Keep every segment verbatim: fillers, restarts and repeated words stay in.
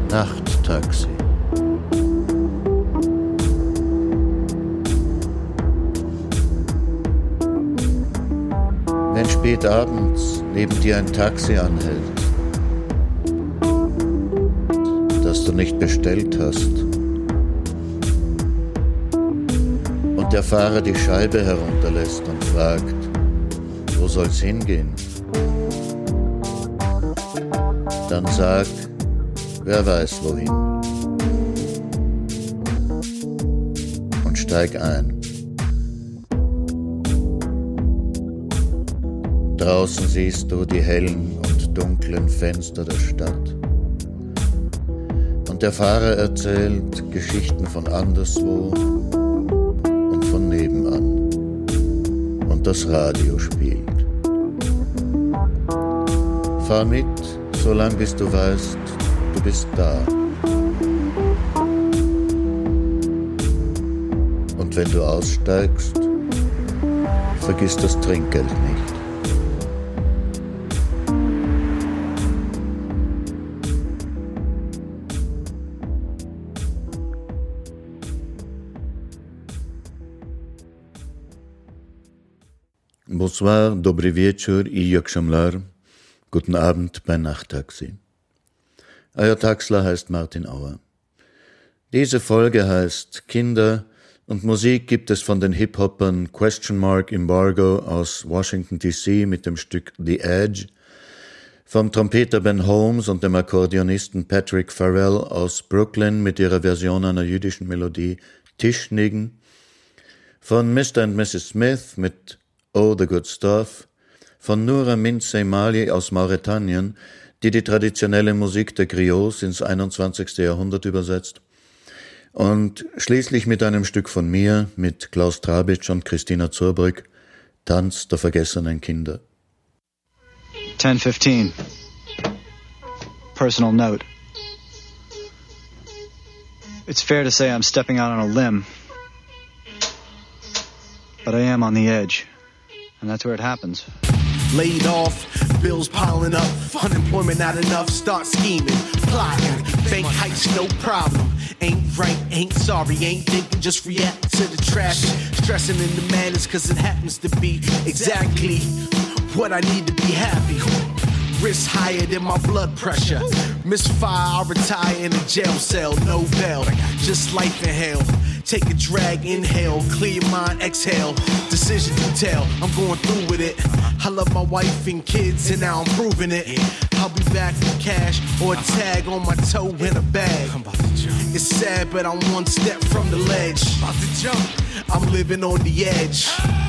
Nachttaxi. Wenn spät abends neben dir ein Taxi anhält, das du nicht bestellt hast, und der Fahrer die Scheibe herunterlässt und fragt, wo soll's hingehen? Dann sag, wer weiß wohin. Und steig ein. Draußen siehst du die hellen und dunklen Fenster der Stadt. Und der Fahrer erzählt Geschichten von anderswo und von nebenan. Und das Radio spielt. Fahr mit, solange bis du weißt, du bist da. Und wenn du aussteigst, vergiss das Trinkgeld nicht. Bonsoir, dobry wieczór i akşamlar. Guten Abend bei Nachttaxi. Euer Taxler heißt Martin Auer. Diese Folge heißt Kinder und Musik gibt es von den Hip-Hoppern Question Mark Embargo aus Washington D C mit dem Stück The Edge, vom Trompeter Ben Holmes und dem Akkordeonisten Patrick Farrell aus Brooklyn mit ihrer Version einer jüdischen Melodie Tischnigen, von Mister and Missus Smith mit Oh the Good Stuff, von Noura Minsey Mali aus Mauretanien, die die traditionelle Musik der Griots ins einundzwanzigste Jahrhundert übersetzt, und schließlich mit einem Stück von mir, mit Klaus Trabitsch und Christina Zurbrück, Tanz der vergessenen Kinder. ten fifteen. Personal note. It's fair to say I'm stepping out on a limb, but I am on the edge. And that's where it happens. Laid off, bills piling up, unemployment not enough, start scheming, plotting, bank heist no problem. Ain't right, ain't sorry, ain't thinking, just react to the traffic. Stressing in the madness cause it happens to be exactly what I need to be happy. Risk higher than my blood pressure. Misfire, I'll retire in a jail cell, no bail. Just life in hell. Take a drag, inhale, clear your mind, exhale. Decision detail, I'm going through with it. I love my wife and kids and now I'm proving it. I'll be back with cash or a tag on my toe in a bag. It's sad but I'm one step from the ledge. I'm living on the edge.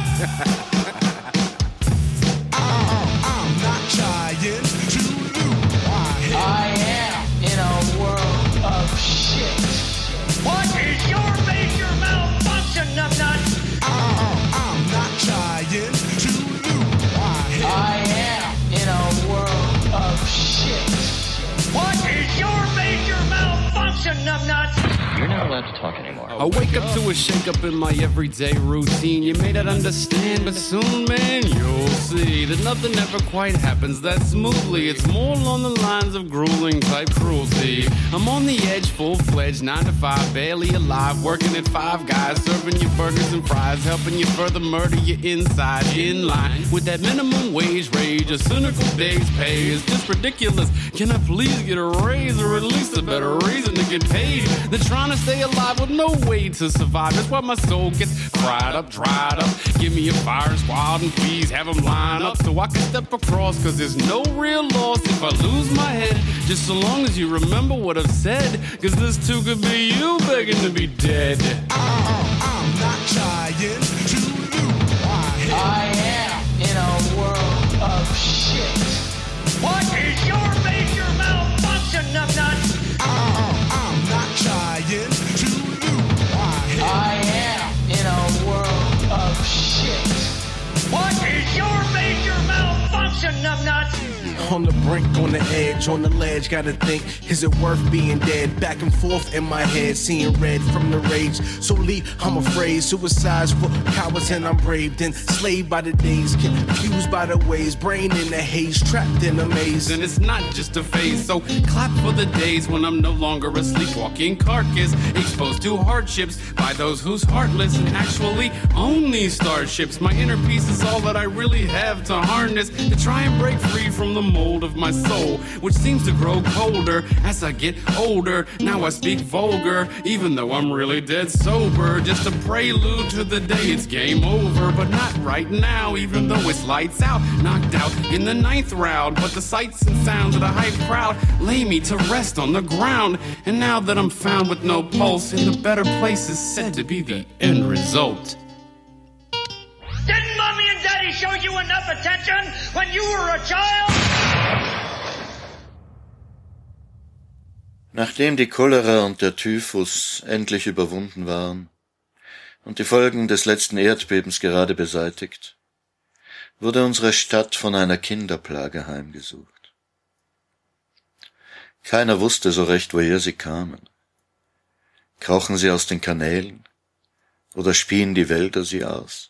I'm not trying to lose my head. I am in a world of shit. What is your major malfunction, numbnut? I'm not trying to lose my head. I am in a world of shit. What is your major malfunction, numbnut? You're not allowed to talk anymore. I wake up to a shake-up in my everyday routine. You may not understand, but soon, man, you'll see that nothing ever quite happens that smoothly. It's more along the lines of grueling type cruelty. I'm on the edge, full-fledged, nine to five, barely alive, working at Five Guys, serving you burgers and fries, helping you further murder your inside, in line with that minimum wage rage. A cynical day's pay is just ridiculous. Can I please get a raise or at least a better reason to get paid than trying to stay alive with no way to survive? That's why my soul gets fried up, dried up. Give me a fire squad and please have them line up so I can step across, cause there's no real loss if I lose my head, just so long as you remember what I've said, cause this too could be you begging to be dead. I'm not trying to lose my head. I am in a world of shit. What is your major malfunction, numbnut? I'm not trying to lose my head. I am in a world of shit. What is your major malfunction, numbnut? On the brink, on the edge, on the ledge, gotta think, is it worth being dead? Back and forth in my head, seeing red from the rage. So leave, I'm afraid, suicide's for cowards and I'm brave. Then slaved by the days, confused by the ways, brain in the haze, trapped in a maze. And it's not just a phase, so clap for the days when I'm no longer a sleepwalking carcass, exposed to hardships by those who's heartless and actually own these starships. My inner peace is all that I really have to harness, to try and break free from the mold of my soul, which seems to grow colder as I get older. Now I speak vulgar, even though I'm really dead sober. Just a prelude to the day it's game over, but not right now, even though it's lights out. Knocked out in the ninth round, but the sights and sounds of the hype crowd lay me to rest on the ground. And now that I'm found with no pulse, in the better place is said to be the end result. Didn't Mommy and Daddy show you enough attention when you were a child? Nachdem die Cholera und der Typhus endlich überwunden waren und die Folgen des letzten Erdbebens gerade beseitigt, wurde unsere Stadt von einer Kinderplage heimgesucht. Keiner wusste so recht, woher sie kamen. Krochen sie aus den Kanälen oder spien die Wälder sie aus?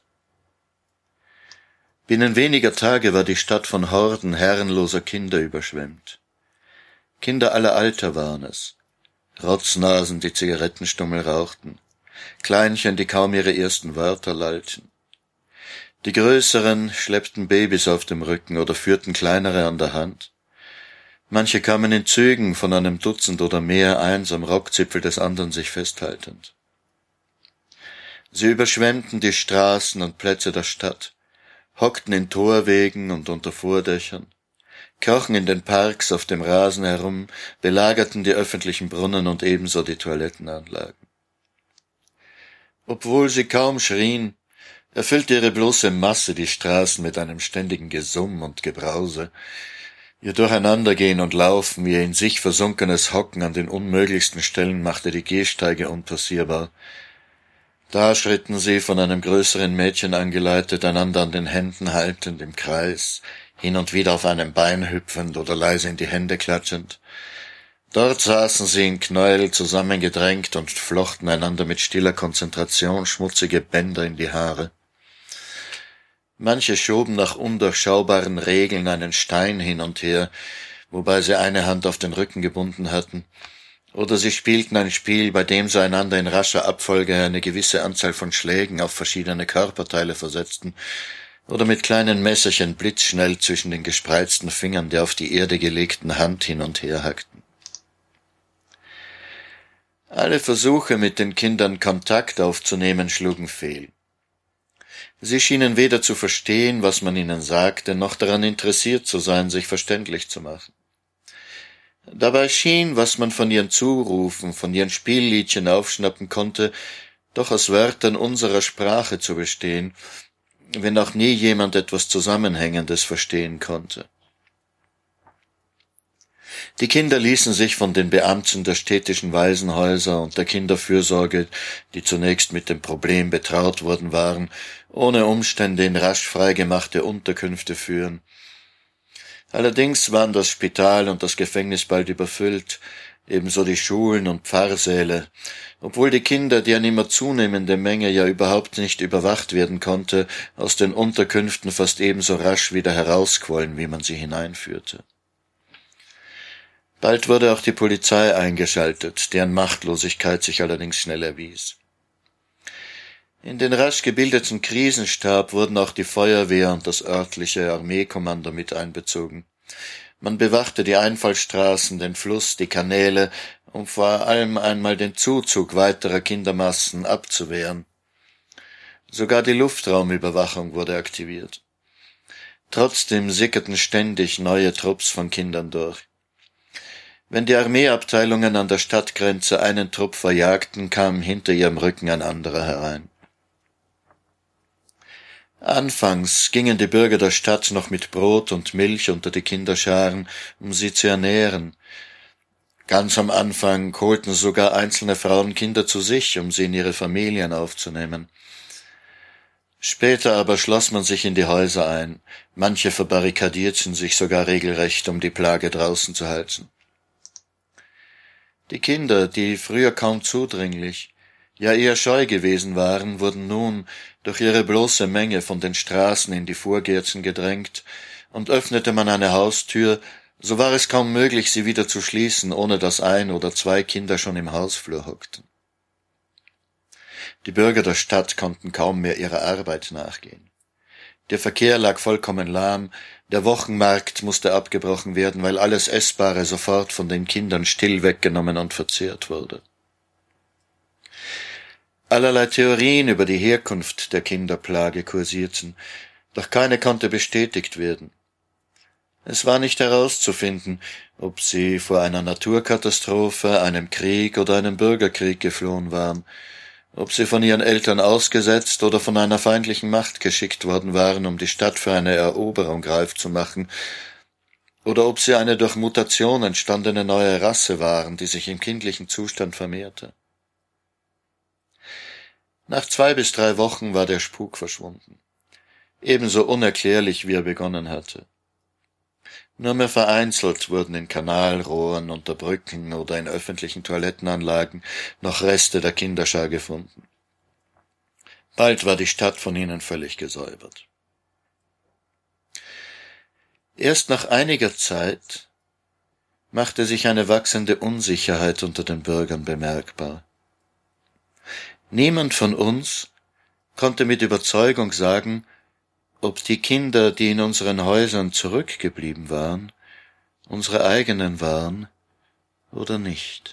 Binnen weniger Tage war die Stadt von Horden herrenloser Kinder überschwemmt. Kinder aller Alter waren es, Rotznasen, die Zigarettenstummel rauchten, Kleinchen, die kaum ihre ersten Wörter lallten. Die Größeren schleppten Babys auf dem Rücken oder führten kleinere an der Hand. Manche kamen in Zügen von einem Dutzend oder mehr, eins am Rockzipfel des anderen sich festhaltend. Sie überschwemmten die Straßen und Plätze der Stadt, hockten in Torwegen und unter Vordächern, krochen in den Parks auf dem Rasen herum, belagerten die öffentlichen Brunnen und ebenso die Toilettenanlagen. Obwohl sie kaum schrien, erfüllte ihre bloße Masse die Straßen mit einem ständigen Gesumm und Gebrause. Ihr Durcheinandergehen und Laufen, ihr in sich versunkenes Hocken an den unmöglichsten Stellen machte die Gehsteige unpassierbar. Da schritten sie, von einem größeren Mädchen angeleitet, einander an den Händen haltend im Kreis, hin und wieder auf einem Bein hüpfend oder leise in die Hände klatschend. Dort saßen sie in Knäuel zusammengedrängt und flochten einander mit stiller Konzentration schmutzige Bänder in die Haare. Manche schoben nach undurchschaubaren Regeln einen Stein hin und her, wobei sie eine Hand auf den Rücken gebunden hatten, oder sie spielten ein Spiel, bei dem sie einander in rascher Abfolge eine gewisse Anzahl von Schlägen auf verschiedene Körperteile versetzten, oder mit kleinen Messerchen blitzschnell zwischen den gespreizten Fingern der auf die Erde gelegten Hand hin und her hackten. Alle Versuche, mit den Kindern Kontakt aufzunehmen, schlugen fehl. Sie schienen weder zu verstehen, was man ihnen sagte, noch daran interessiert zu sein, sich verständlich zu machen. Dabei schien, was man von ihren Zurufen, von ihren Spielliedchen aufschnappen konnte, doch aus Wörtern unserer Sprache zu bestehen, wenn auch nie jemand etwas Zusammenhängendes verstehen konnte. Die Kinder ließen sich von den Beamten der städtischen Waisenhäuser und der Kinderfürsorge, die zunächst mit dem Problem betraut worden waren, ohne Umstände in rasch freigemachte Unterkünfte führen. Allerdings waren das Spital und das Gefängnis bald überfüllt, ebenso die Schulen und Pfarrsäle, obwohl die Kinder, die an immer zunehmende Menge ja überhaupt nicht überwacht werden konnte, aus den Unterkünften fast ebenso rasch wieder herausquollen, wie man sie hineinführte. Bald wurde auch die Polizei eingeschaltet, deren Machtlosigkeit sich allerdings schnell erwies. In den rasch gebildeten Krisenstab wurden auch die Feuerwehr und das örtliche Armeekommando mit einbezogen. Man bewachte die Einfallstraßen, den Fluss, die Kanäle, um vor allem einmal den Zuzug weiterer Kindermassen abzuwehren. Sogar die Luftraumüberwachung wurde aktiviert. Trotzdem sickerten ständig neue Trupps von Kindern durch. Wenn die Armeeabteilungen an der Stadtgrenze einen Trupp verjagten, kam hinter ihrem Rücken ein anderer herein. Anfangs gingen die Bürger der Stadt noch mit Brot und Milch unter die Kinderscharen, um sie zu ernähren. Ganz am Anfang holten sogar einzelne Frauen Kinder zu sich, um sie in ihre Familien aufzunehmen. Später aber schloss man sich in die Häuser ein, manche verbarrikadierten sich sogar regelrecht, um die Plage draußen zu halten. Die Kinder, die früher kaum zudringlich, ja eher scheu gewesen waren, wurden nun durch ihre bloße Menge von den Straßen in die Vorgärten gedrängt, und öffnete man eine Haustür, so war es kaum möglich, sie wieder zu schließen, ohne dass ein oder zwei Kinder schon im Hausflur hockten. Die Bürger der Stadt konnten kaum mehr ihrer Arbeit nachgehen. Der Verkehr lag vollkommen lahm, der Wochenmarkt musste abgebrochen werden, weil alles Essbare sofort von den Kindern still weggenommen und verzehrt wurde. Allerlei Theorien über die Herkunft der Kinderplage kursierten, doch keine konnte bestätigt werden. Es war nicht herauszufinden, ob sie vor einer Naturkatastrophe, einem Krieg oder einem Bürgerkrieg geflohen waren, ob sie von ihren Eltern ausgesetzt oder von einer feindlichen Macht geschickt worden waren, um die Stadt für eine Eroberung reif zu machen, oder ob sie eine durch Mutation entstandene neue Rasse waren, die sich im kindlichen Zustand vermehrte. Nach zwei bis drei Wochen war der Spuk verschwunden, ebenso unerklärlich, wie er begonnen hatte. Nur mehr vereinzelt wurden in Kanalrohren, unter Brücken oder in öffentlichen Toilettenanlagen noch Reste der Kinderschar gefunden. Bald war die Stadt von ihnen völlig gesäubert. Erst nach einiger Zeit machte sich eine wachsende Unsicherheit unter den Bürgern bemerkbar. Niemand von uns konnte mit Überzeugung sagen, ob die Kinder, die in unseren Häusern zurückgeblieben waren, unsere eigenen waren oder nicht.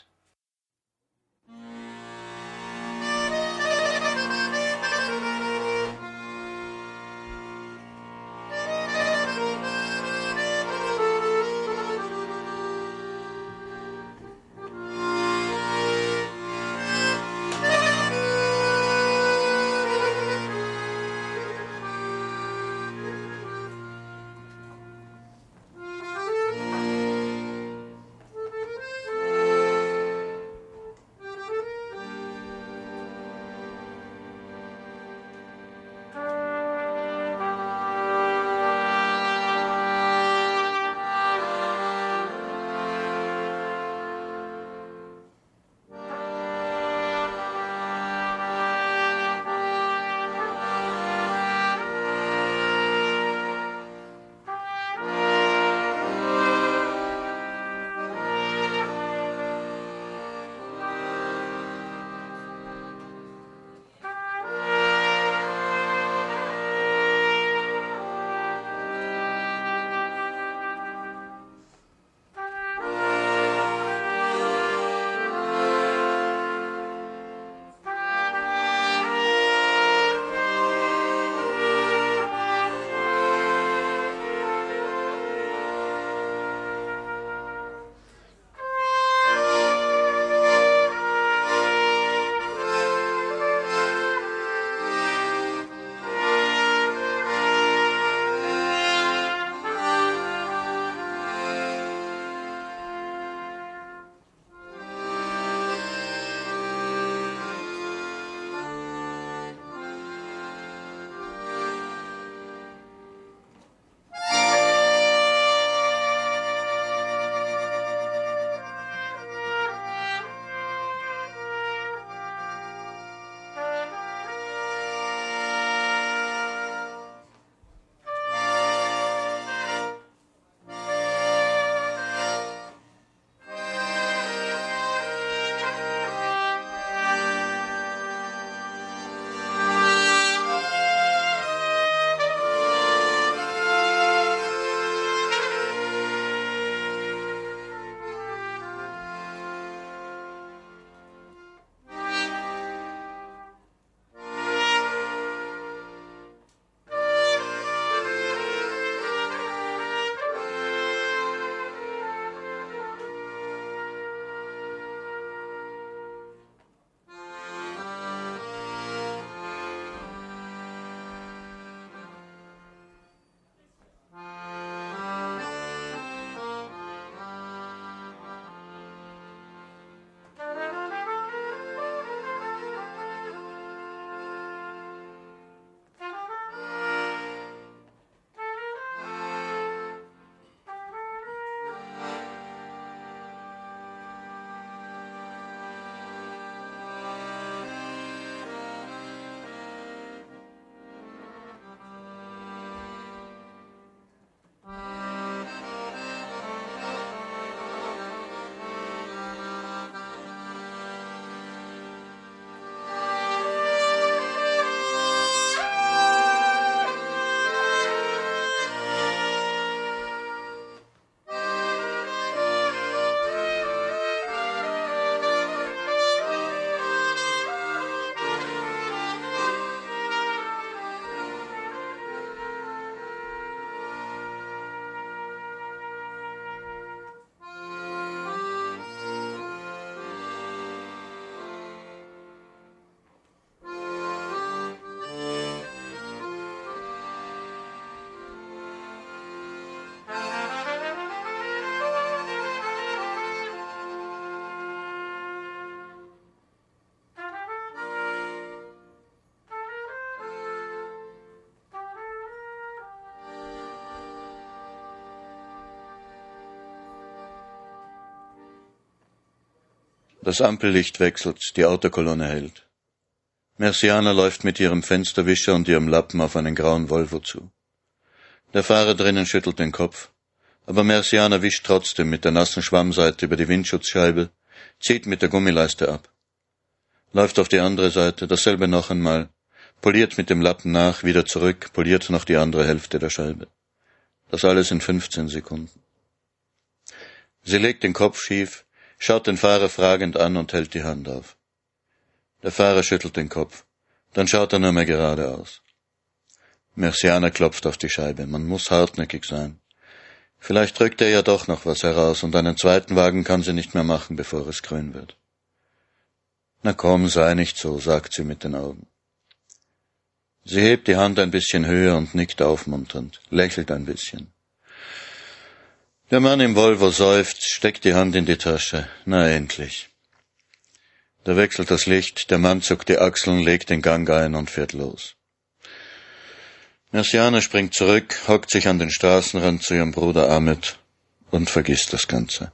Das Ampellicht wechselt, die Autokolonne hält. Merciana läuft mit ihrem Fensterwischer und ihrem Lappen auf einen grauen Volvo zu. Der Fahrer drinnen schüttelt den Kopf, aber Merciana wischt trotzdem mit der nassen Schwammseite über die Windschutzscheibe, zieht mit der Gummileiste ab. Läuft auf die andere Seite, dasselbe noch einmal, poliert mit dem Lappen nach, wieder zurück, poliert noch die andere Hälfte der Scheibe. Das alles in fünfzehn Sekunden. Sie legt den Kopf schief, schaut den Fahrer fragend an und hält die Hand auf. Der Fahrer schüttelt den Kopf, dann schaut er nur mehr geradeaus. Merciana klopft auf die Scheibe, man muss hartnäckig sein. Vielleicht drückt er ja doch noch was heraus und einen zweiten Wagen kann sie nicht mehr machen, bevor es grün wird. Na komm, sei nicht so, sagt sie mit den Augen. Sie hebt die Hand ein bisschen höher und nickt aufmunternd, lächelt ein bisschen. Der Mann im Volvo seufzt, steckt die Hand in die Tasche. Na endlich. Da wechselt das Licht, der Mann zuckt die Achseln, legt den Gang ein und fährt los. Merciana springt zurück, hockt sich an den Straßenrand zu ihrem Bruder Ahmed und vergisst das Ganze.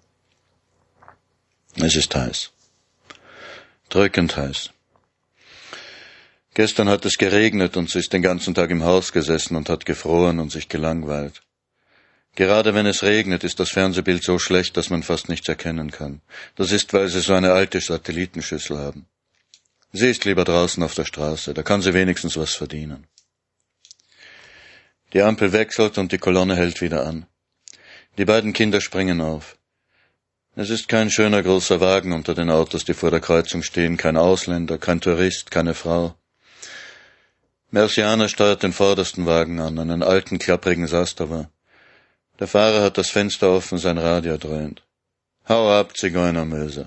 Es ist heiß. Drückend heiß. Gestern hat es geregnet und sie ist den ganzen Tag im Haus gesessen und hat gefroren und sich gelangweilt. Gerade wenn es regnet, ist das Fernsehbild so schlecht, dass man fast nichts erkennen kann. Das ist, weil sie so eine alte Satellitenschüssel haben. Sie ist lieber draußen auf der Straße, da kann sie wenigstens was verdienen. Die Ampel wechselt und die Kolonne hält wieder an. Die beiden Kinder springen auf. Es ist kein schöner großer Wagen unter den Autos, die vor der Kreuzung stehen, kein Ausländer, kein Tourist, keine Frau. Merciana steuert den vordersten Wagen an, einen alten, klapprigen Sastava. Der Fahrer hat das Fenster offen, sein Radio dröhnt. Hau ab, Zigeunermöse.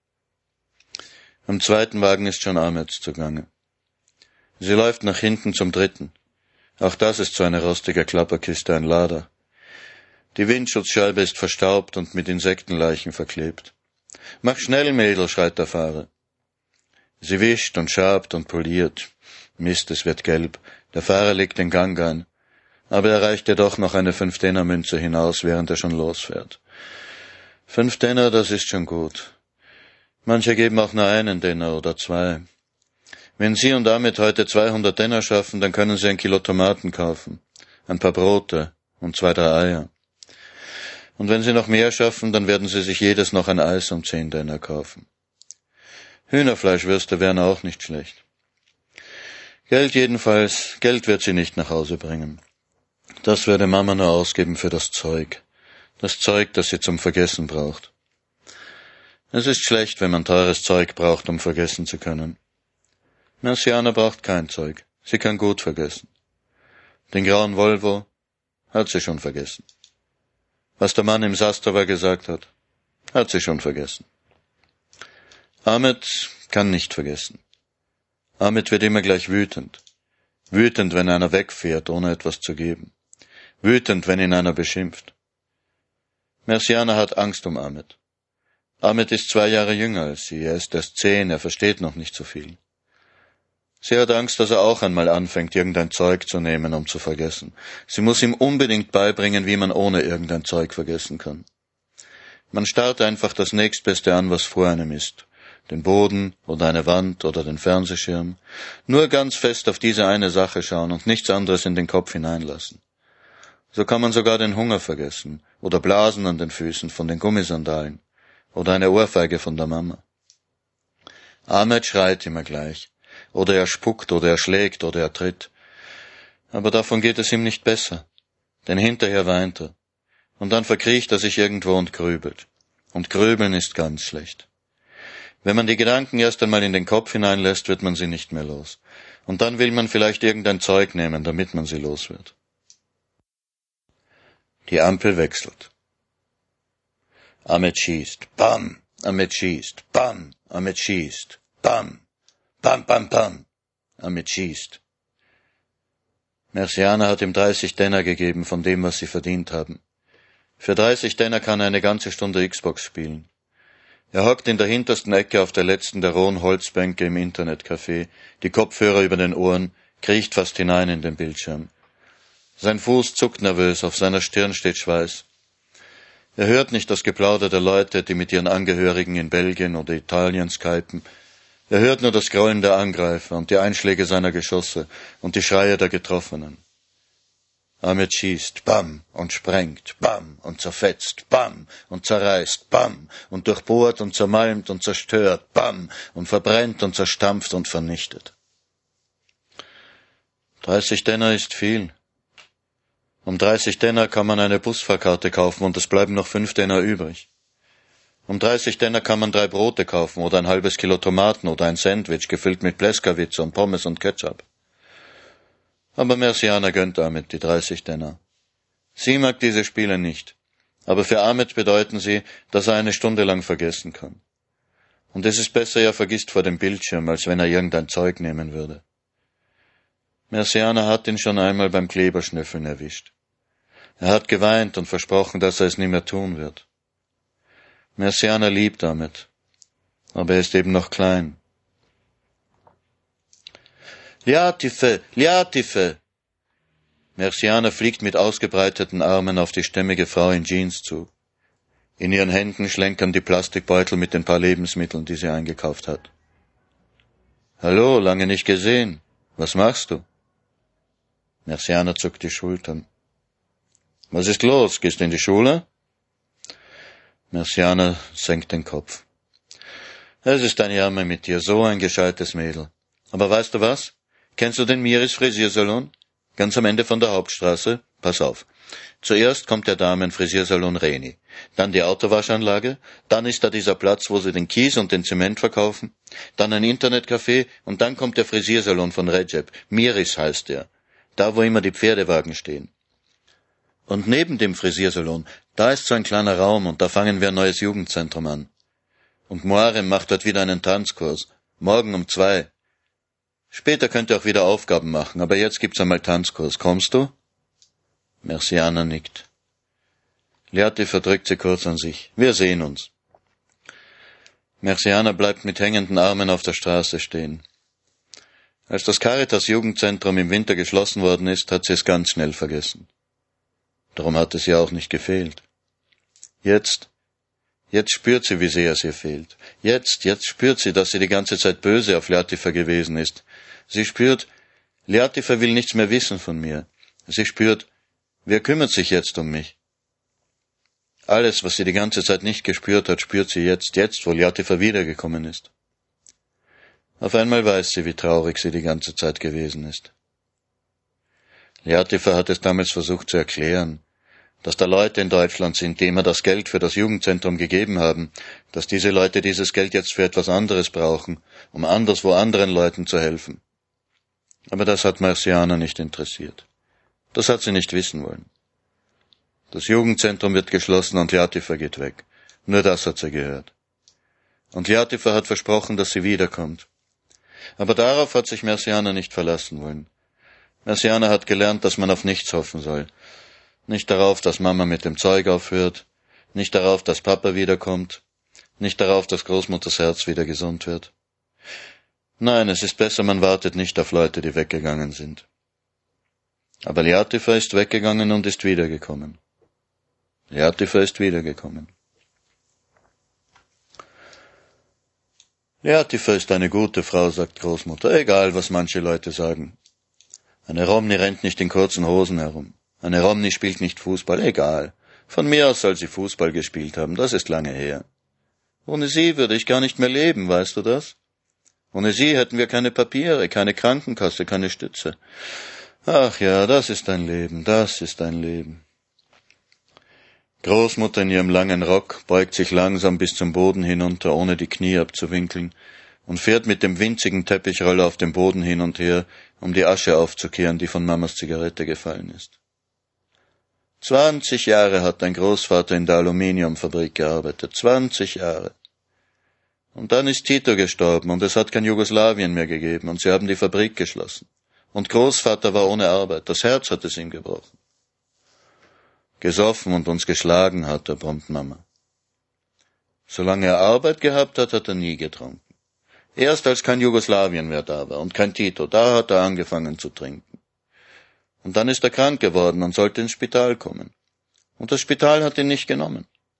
Am zweiten Wagen ist schon Ahmed zugange. Sie läuft nach hinten zum dritten. Auch das ist so eine rostige Klapperkiste, ein Lader. Die Windschutzscheibe ist verstaubt und mit Insektenleichen verklebt. Mach schnell, Mädel, schreit der Fahrer. Sie wischt und schabt und poliert. Mist, es wird gelb. Der Fahrer legt den Gang ein. Aber er reicht ihr doch noch eine Fünf-Denner-Münze hinaus, während er schon losfährt. Fünf Denner, das ist schon gut. Manche geben auch nur einen Denner oder zwei. Wenn Sie und Ahmed heute zweihundert Denner schaffen, dann können Sie ein Kilo Tomaten kaufen, ein paar Brote und zwei, drei Eier. Und wenn Sie noch mehr schaffen, dann werden Sie sich jedes noch ein Eis um zehn Denner kaufen. Hühnerfleischwürste wären auch nicht schlecht. Geld jedenfalls, Geld wird sie nicht nach Hause bringen. Das würde Mama nur ausgeben für das Zeug. Das Zeug, das sie zum Vergessen braucht. Es ist schlecht, wenn man teures Zeug braucht, um vergessen zu können. Merciana braucht kein Zeug. Sie kann gut vergessen. Den grauen Volvo hat sie schon vergessen. Was der Mann im Sastava gesagt hat, hat sie schon vergessen. Ahmed kann nicht vergessen. Ahmed wird immer gleich wütend. Wütend, wenn einer wegfährt, ohne etwas zu geben. Wütend, wenn ihn einer beschimpft. Merciana hat Angst um Ahmed. Ahmed ist zwei Jahre jünger als sie, er ist erst zehn, er versteht noch nicht so viel. Sie hat Angst, dass er auch einmal anfängt, irgendein Zeug zu nehmen, um zu vergessen. Sie muss ihm unbedingt beibringen, wie man ohne irgendein Zeug vergessen kann. Man starrt einfach das Nächstbeste an, was vor einem ist. Den Boden oder eine Wand oder den Fernsehschirm. Nur ganz fest auf diese eine Sache schauen und nichts anderes in den Kopf hineinlassen. So kann man sogar den Hunger vergessen oder Blasen an den Füßen von den Gummisandalen oder eine Ohrfeige von der Mama. Ahmed schreit immer gleich. Oder er spuckt, oder er schlägt, oder er tritt. Aber davon geht es ihm nicht besser, denn hinterher weint er. Und dann verkriecht er sich irgendwo und grübelt. Und grübeln ist ganz schlecht. Wenn man die Gedanken erst einmal in den Kopf hineinlässt, wird man sie nicht mehr los. Und dann will man vielleicht irgendein Zeug nehmen, damit man sie los wird. Die Ampel wechselt. Ahmed schießt. Bam! Ahmed schießt. Bam! Ahmed schießt. Bam! Pam, pam, pam. Ahmed schießt. Merciana hat ihm dreißig Denner gegeben von dem, was sie verdient haben. Für dreißig Denner kann er eine ganze Stunde Xbox spielen. Er hockt in der hintersten Ecke auf der letzten der rohen Holzbänke im Internetcafé, die Kopfhörer über den Ohren, kriecht fast hinein in den Bildschirm. Sein Fuß zuckt nervös, auf seiner Stirn steht Schweiß. Er hört nicht das Geplauder der Leute, die mit ihren Angehörigen in Belgien oder Italien skypen. Er hört nur das Grollen der Angreifer und die Einschläge seiner Geschosse und die Schreie der Getroffenen. Ahmed schießt, bam, und sprengt, bam, und zerfetzt, bam, und zerreißt, bam, und durchbohrt und zermalmt und zerstört, bam, und verbrennt und zerstampft und vernichtet. Dreißig Denner ist viel. Um dreißig Denner kann man eine Busfahrkarte kaufen und es bleiben noch fünf Denner übrig. Um dreißig Denner kann man drei Brote kaufen oder ein halbes Kilo Tomaten oder ein Sandwich gefüllt mit Pleskawitz und Pommes und Ketchup. Aber Merciana gönnt Ahmed die dreißig Denner. Sie mag diese Spiele nicht, aber für Ahmed bedeuten sie, dass er eine Stunde lang vergessen kann. Und es ist besser, er vergisst vor dem Bildschirm, als wenn er irgendein Zeug nehmen würde. Merciana hat ihn schon einmal beim Kleberschnüffeln erwischt. Er hat geweint und versprochen, dass er es nie mehr tun wird. Merciana liebt Ahmed, aber er ist eben noch klein. Liatife, Liatife! Merciana fliegt mit ausgebreiteten Armen auf die stämmige Frau in Jeans zu. In ihren Händen schlenkern die Plastikbeutel mit den paar Lebensmitteln, die sie eingekauft hat. Hallo, lange nicht gesehen. Was machst du? Merciana zuckt die Schultern. Was ist los? Gehst du in die Schule? Merciana senkt den Kopf. Es ist ein Jammer mit dir, so ein gescheites Mädel. Aber weißt du was? Kennst du den Miris Frisiersalon? Ganz am Ende von der Hauptstraße? Pass auf. Zuerst kommt der Damen-Frisiersalon Reni, dann die Autowaschanlage, dann ist da dieser Platz, wo sie den Kies und den Zement verkaufen, dann ein Internetcafé und dann kommt der Frisiersalon von Recep, Miris heißt der, da wo immer die Pferdewagen stehen. Und neben dem Frisiersalon, da ist so ein kleiner Raum und da fangen wir ein neues Jugendzentrum an. Und Muharrem macht dort wieder einen Tanzkurs, morgen um zwei. Später könnt ihr auch wieder Aufgaben machen, aber jetzt gibt's einmal Tanzkurs. Kommst du? Merciana nickt. Liati verdrückt sie kurz an sich. Wir sehen uns. Merciana bleibt mit hängenden Armen auf der Straße stehen. Als das Caritas-Jugendzentrum im Winter geschlossen worden ist, hat sie es ganz schnell vergessen. Darum hat es ihr auch nicht gefehlt. Jetzt, jetzt spürt sie, wie sehr es ihr fehlt. Jetzt, jetzt spürt sie, dass sie die ganze Zeit böse auf Liatifa gewesen ist. Sie spürt, Liatifa will nichts mehr wissen von mir. Sie spürt, wer kümmert sich jetzt um mich? Alles, was sie die ganze Zeit nicht gespürt hat, spürt sie jetzt, jetzt, wo Liatifa wiedergekommen ist. Auf einmal weiß sie, wie traurig sie die ganze Zeit gewesen ist. Liatifa hat es damals versucht zu erklären, dass da Leute in Deutschland sind, die immer das Geld für das Jugendzentrum gegeben haben, dass diese Leute dieses Geld jetzt für etwas anderes brauchen, um anderswo anderen Leuten zu helfen. Aber das hat Merciana nicht interessiert. Das hat sie nicht wissen wollen. Das Jugendzentrum wird geschlossen und Liatifa geht weg. Nur das hat sie gehört. Und Liatifa hat versprochen, dass sie wiederkommt. Aber darauf hat sich Merciana nicht verlassen wollen. Merciana hat gelernt, dass man auf nichts hoffen soll. Nicht darauf, dass Mama mit dem Zeug aufhört, nicht darauf, dass Papa wiederkommt, nicht darauf, dass Großmutters Herz wieder gesund wird. Nein, es ist besser, man wartet nicht auf Leute, die weggegangen sind. Aber Liatifa ist weggegangen und ist wiedergekommen. Liatifa ist wiedergekommen. Liatifa ist eine gute Frau, sagt Großmutter, egal, was manche Leute sagen. Eine Romni rennt nicht in kurzen Hosen herum. Eine Romni spielt nicht Fußball, egal. Von mir aus soll sie Fußball gespielt haben, das ist lange her. Ohne sie würde ich gar nicht mehr leben, weißt du das? Ohne sie hätten wir keine Papiere, keine Krankenkasse, keine Stütze. Ach ja, das ist ein Leben, das ist ein Leben. Großmutter in ihrem langen Rock beugt sich langsam bis zum Boden hinunter, ohne die Knie abzuwinkeln, und fährt mit dem winzigen Teppichroller auf dem Boden hin und her, um die Asche aufzukehren, die von Mamas Zigarette gefallen ist. Zwanzig Jahre hat dein Großvater in der Aluminiumfabrik gearbeitet. Zwanzig Jahre. Und dann ist Tito gestorben und es hat kein Jugoslawien mehr gegeben und sie haben die Fabrik geschlossen. Und Großvater war ohne Arbeit. Das Herz hat es ihm gebrochen. Gesoffen und uns geschlagen hat er, brummt Mama. Solange er Arbeit gehabt hat, hat er nie getrunken. Erst als kein Jugoslawien mehr da war und kein Tito, da hat er angefangen zu trinken. Und dann ist er krank geworden und sollte ins Spital kommen. Und das Spital hat ihn nicht genommen.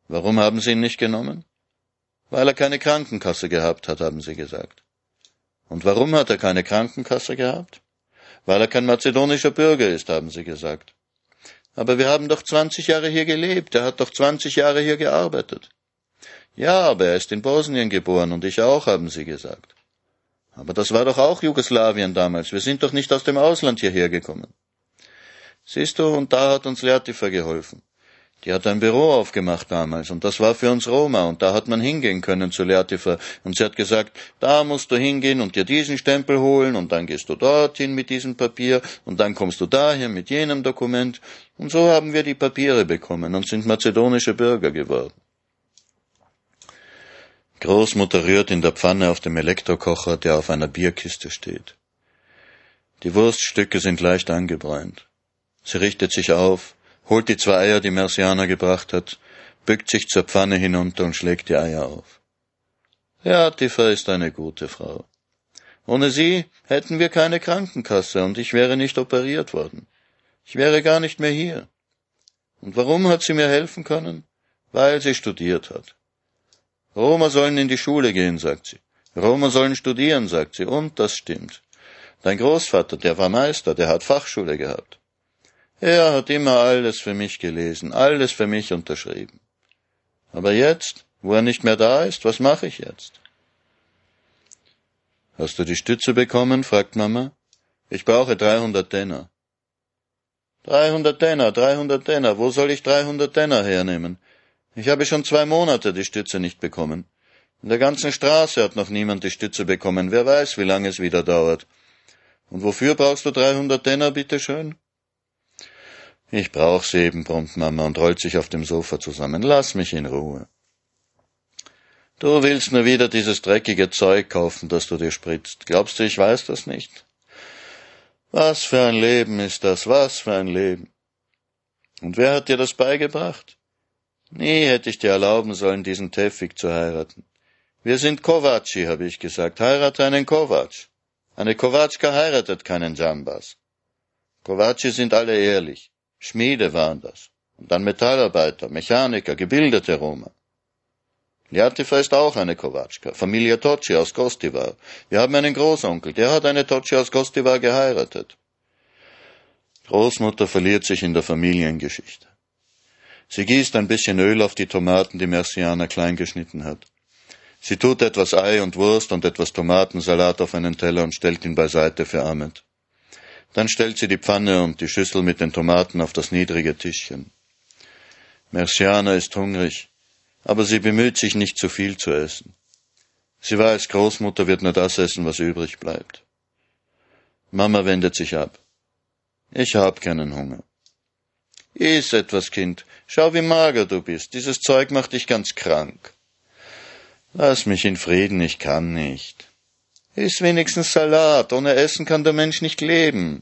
Warum haben Sie ihn nicht genommen? Weil er keine Krankenkasse gehabt hat, haben Sie gesagt. Und warum hat er keine Krankenkasse gehabt? Weil er kein mazedonischer Bürger ist, haben Sie gesagt. Aber wir haben doch zwanzig Jahre hier gelebt, er hat doch zwanzig Jahre hier gearbeitet. Ja, aber er ist in Bosnien geboren und ich auch, haben Sie gesagt. Aber das war doch auch Jugoslawien damals, wir sind doch nicht aus dem Ausland hierher gekommen. Siehst du, und da hat uns Ljatica geholfen. Die hat ein Büro aufgemacht damals, und das war für uns Roma, und da hat man hingehen können zu Ljatica, und sie hat gesagt, da musst du hingehen und dir diesen Stempel holen, und dann gehst du dorthin mit diesem Papier, und dann kommst du daher mit jenem Dokument, und so haben wir die Papiere bekommen und sind mazedonische Bürger geworden. Großmutter rührt in der Pfanne auf dem Elektrokocher, der auf einer Bierkiste steht. Die Wurststücke sind leicht angebräunt. Sie richtet sich auf, holt die zwei Eier, die Merciana gebracht hat, bückt sich zur Pfanne hinunter und schlägt die Eier auf. Ljatica ist eine gute Frau. Ohne sie hätten wir keine Krankenkasse und ich wäre nicht operiert worden. Ich wäre gar nicht mehr hier. Und warum hat sie mir helfen können? Weil sie studiert hat. Roma sollen in die Schule gehen, sagt sie. Roma sollen studieren, sagt sie. Und das stimmt. Dein Großvater, der war Meister, der hat Fachschule gehabt. Er hat immer alles für mich gelesen, alles für mich unterschrieben. Aber jetzt, wo er nicht mehr da ist, was mache ich jetzt? Hast du die Stütze bekommen? Fragt Mama. Ich brauche dreihundert Denner. dreihundert Denner, dreihundert Denner. Wo soll ich dreihundert Denner hernehmen? Ich habe schon zwei Monate die Stütze nicht bekommen. In der ganzen Straße hat noch niemand die Stütze bekommen. Wer weiß, wie lange es wieder dauert. Und wofür brauchst du dreihundert Denner, bitteschön? Ich brauch sie eben, brummt Mama und rollt sich auf dem Sofa zusammen. Lass mich in Ruhe. Du willst nur wieder dieses dreckige Zeug kaufen, das du dir spritzt. Glaubst du, ich weiß das nicht? Was für ein Leben ist das, was für ein Leben. Und wer hat dir das beigebracht? Nie hätte ich dir erlauben sollen, diesen Tevfik zu heiraten. Wir sind Kovaci, habe ich gesagt. Heirate einen Kovac. Eine Kovacka heiratet keinen Jambas. Kovaci sind alle ehrlich. Schmiede waren das. Und dann Metallarbeiter, Mechaniker, gebildete Roma. Ljatica ist auch eine Kovacka, Familie Tocci aus Kostivar. Wir haben einen Großonkel, der hat eine Tocci aus Kostivar geheiratet. Großmutter verliert sich in der Familiengeschichte. Sie gießt ein bisschen Öl auf die Tomaten, die Merciana klein geschnitten hat. Sie tut etwas Ei und Wurst und etwas Tomatensalat auf einen Teller und stellt ihn beiseite für Ahmed. Dann stellt sie die Pfanne und die Schüssel mit den Tomaten auf das niedrige Tischchen. Merciana ist hungrig, aber sie bemüht sich nicht zu viel zu essen. Sie weiß, Großmutter wird nur das essen, was übrig bleibt. Mama wendet sich ab. Ich hab keinen Hunger. Iss etwas, Kind. Schau, wie mager du bist. Dieses Zeug macht dich ganz krank. Lass mich in Frieden, ich kann nicht. Iss wenigstens Salat. Ohne Essen kann der Mensch nicht leben.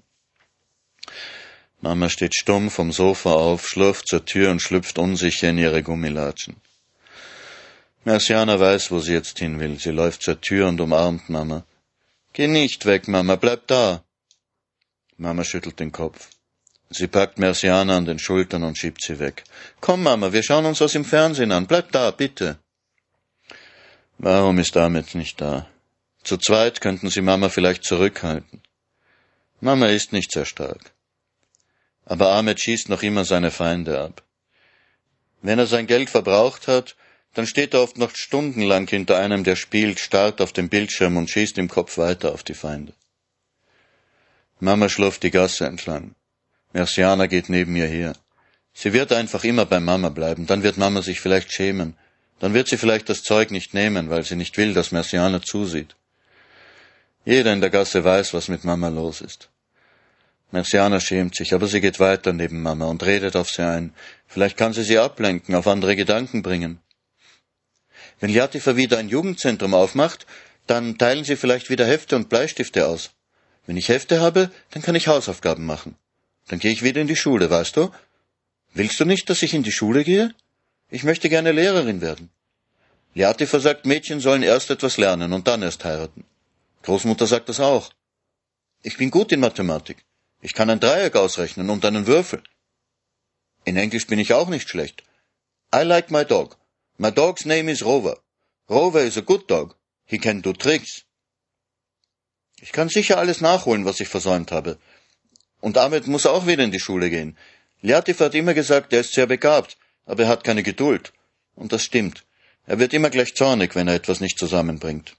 Mama steht stumm vom Sofa auf, schlurft zur Tür und schlüpft unsicher in ihre Gummilatschen. Merciana weiß, wo sie jetzt hin will. Sie läuft zur Tür und umarmt Mama. Geh nicht weg, Mama, bleib da. Mama schüttelt den Kopf. Sie packt Merciana an den Schultern und schiebt sie weg. Komm, Mama, wir schauen uns was im Fernsehen an. Bleib da, bitte. Warum ist Ahmed nicht da? Zu zweit könnten sie Mama vielleicht zurückhalten. Mama ist nicht sehr stark. Aber Ahmed schießt noch immer seine Feinde ab. Wenn er sein Geld verbraucht hat, dann steht er oft noch stundenlang hinter einem, der spielt, starrt auf dem Bildschirm und schießt im Kopf weiter auf die Feinde. Mama schlurft die Gasse entlang. Merciana geht neben ihr her. Sie wird einfach immer bei Mama bleiben, dann wird Mama sich vielleicht schämen. Dann wird sie vielleicht das Zeug nicht nehmen, weil sie nicht will, dass Merciana zusieht. Jeder in der Gasse weiß, was mit Mama los ist. Merciana schämt sich, aber sie geht weiter neben Mama und redet auf sie ein. Vielleicht kann sie sie ablenken, auf andere Gedanken bringen. Wenn Ljatica wieder ein Jugendzentrum aufmacht, dann teilen sie vielleicht wieder Hefte und Bleistifte aus. Wenn ich Hefte habe, dann kann ich Hausaufgaben machen. Dann gehe ich wieder in die Schule, weißt du? Willst du nicht, dass ich in die Schule gehe? Ich möchte gerne Lehrerin werden. Ljatica sagt, Mädchen sollen erst etwas lernen und dann erst heiraten. Großmutter sagt das auch. Ich bin gut in Mathematik. Ich kann ein Dreieck ausrechnen und einen Würfel. In Englisch bin ich auch nicht schlecht. I like my dog. My dog's name is Rover. Rover is a good dog. He can do tricks. Ich kann sicher alles nachholen, was ich versäumt habe. Und Ahmed muss auch wieder in die Schule gehen. Latif hat immer gesagt, er ist sehr begabt, aber er hat keine Geduld. Und das stimmt. Er wird immer gleich zornig, wenn er etwas nicht zusammenbringt.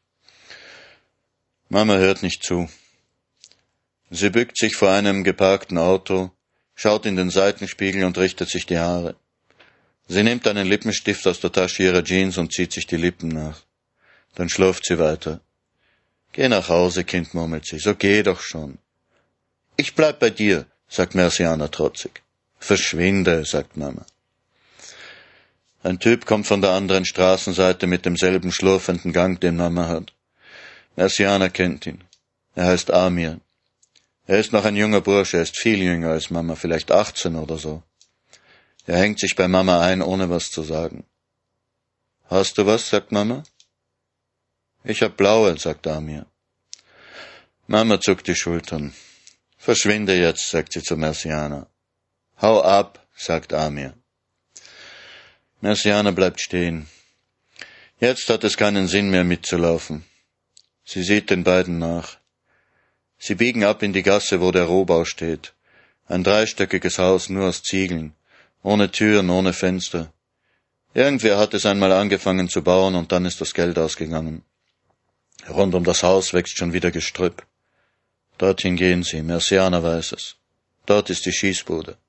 Mama hört nicht zu. Sie bückt sich vor einem geparkten Auto, schaut in den Seitenspiegel und richtet sich die Haare. Sie nimmt einen Lippenstift aus der Tasche ihrer Jeans und zieht sich die Lippen nach. Dann schlaft sie weiter. Geh nach Hause, Kind, murmelt sie. So geh doch schon. Ich bleib bei dir, sagt Merciana trotzig. Verschwinde, sagt Mama. Ein Typ kommt von der anderen Straßenseite mit demselben schlurfenden Gang, den Mama hat. Merciana kennt ihn. Er heißt Amir. Er ist noch ein junger Bursche, er ist viel jünger als Mama, vielleicht achtzehn oder so. Er hängt sich bei Mama ein, ohne was zu sagen. Hast du was, sagt Mama. Ich hab blaue, sagt Amir. Mama zuckt die Schultern. Verschwinde jetzt, sagt sie zu Merciana. Hau ab, sagt Amir. Merciana bleibt stehen. Jetzt hat es keinen Sinn mehr mitzulaufen. Sie sieht den beiden nach. Sie biegen ab in die Gasse, wo der Rohbau steht. Ein dreistöckiges Haus nur aus Ziegeln, ohne Türen, ohne Fenster. Irgendwer hat es einmal angefangen zu bauen und dann ist das Geld ausgegangen. Rund um das Haus wächst schon wieder Gestrüpp. Dorthin gehen sie, Merciana weiß es. Dort ist die Schießbude.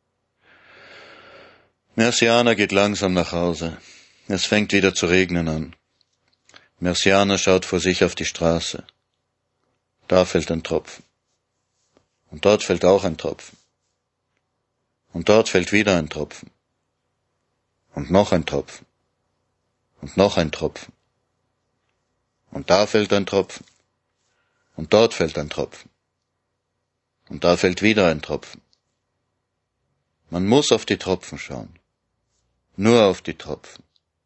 Merciana geht langsam nach Hause. Es fängt wieder zu regnen an. Merciana schaut vor sich auf die Straße. Da fällt ein Tropfen. Und dort fällt auch ein Tropfen. Und dort fällt wieder ein Tropfen. Und noch ein Tropfen. Und noch ein Tropfen. Und da fällt ein Tropfen. Und dort fällt ein Tropfen. Und da fällt wieder ein Tropfen. Man muss auf die Tropfen schauen. Nur auf die Tropfen.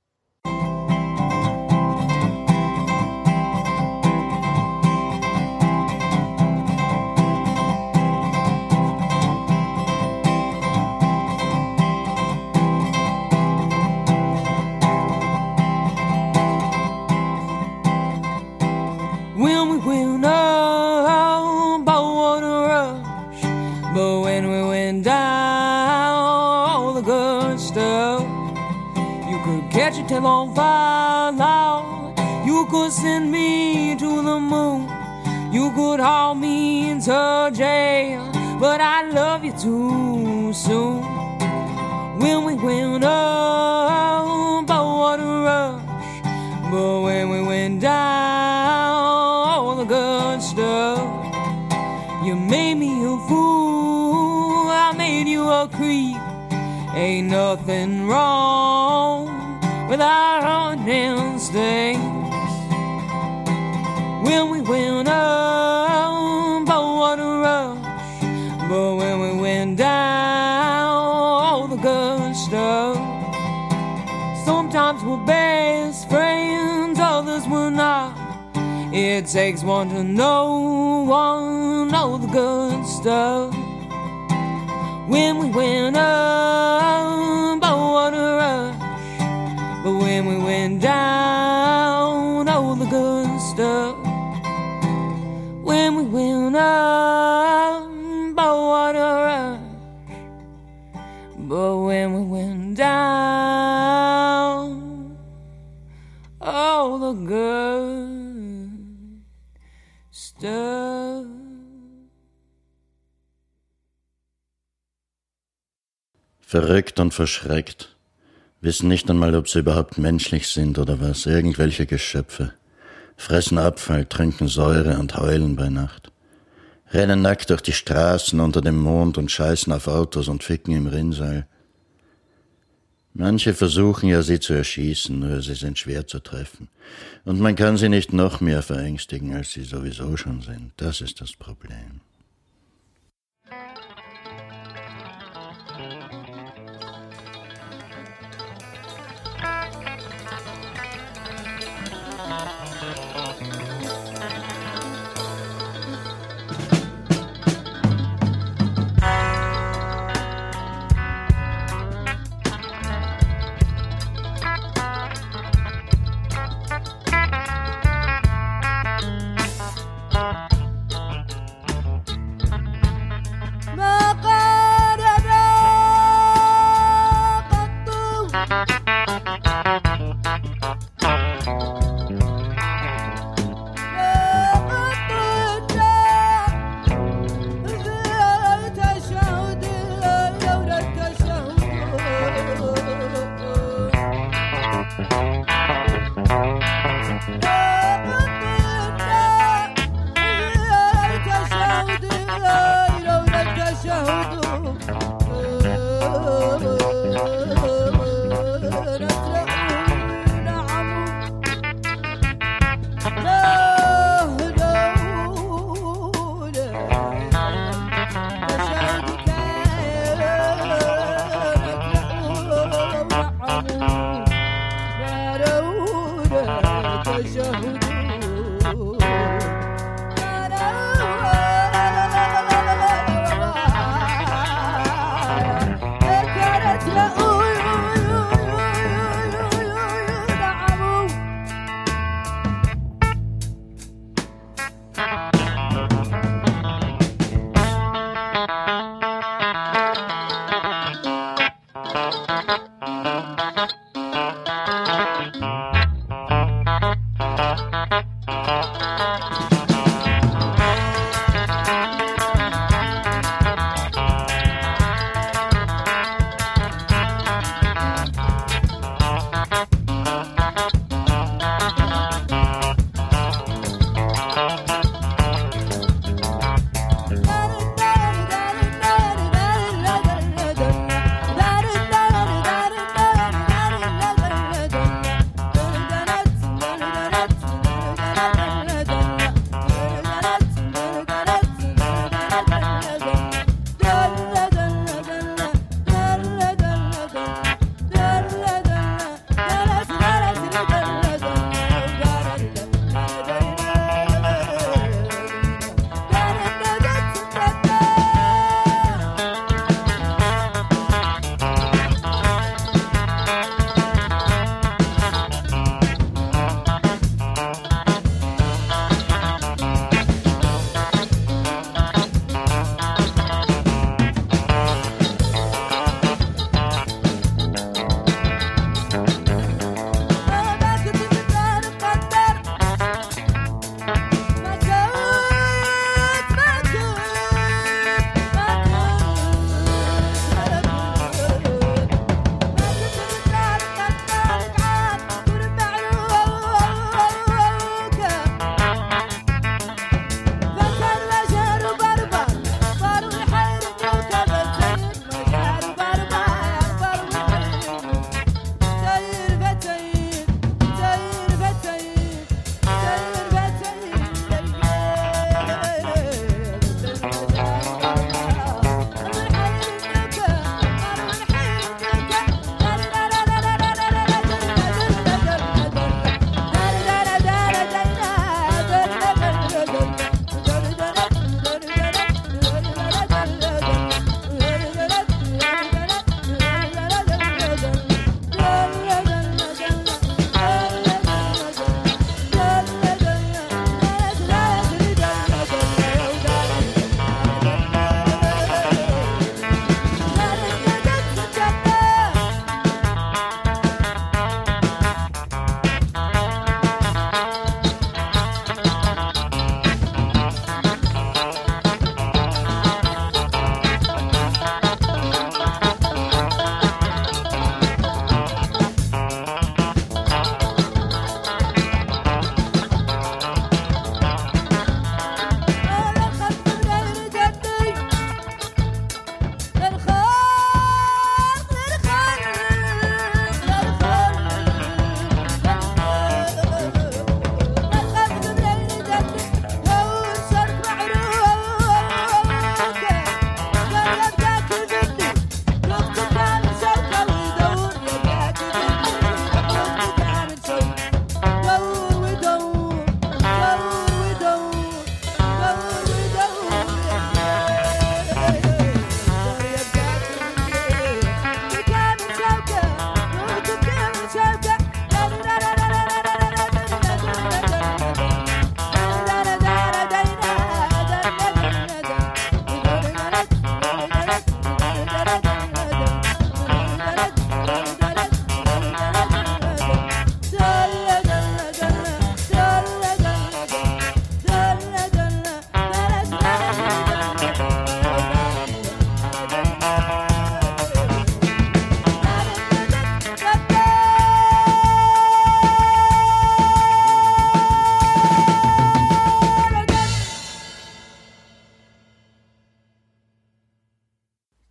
When we went up, I wanna rush. But when we went down, all the good stuff. You could catch a tail on fire now. You could send me to the moon. You could haul me into jail. But I love you too soon. When we went up, I wanna rush. But when we went down, all the good stuff. You made me a fool, I made you a creep. Ain't nothing wrong with our heart stains. When we went up, I wanna rush. But when we went down, all the good stuff. Sometimes we're best friends, others we're not. It takes one to know one, know the good stuff. When we went up, I wanna rush. But when we went down, know the good stuff. When we went up, I wanna rush. But when we went down, all the good stuff. Verrückt und verschreckt, wissen nicht einmal, ob sie überhaupt menschlich sind oder was, irgendwelche Geschöpfe, fressen Abfall, trinken Säure und heulen bei Nacht, rennen nackt durch die Straßen unter dem Mond und scheißen auf Autos und ficken im Rinnsal. Manche versuchen ja, sie zu erschießen, nur sie sind schwer zu treffen. Und man kann sie nicht noch mehr verängstigen, als sie sowieso schon sind. Das ist das Problem. Da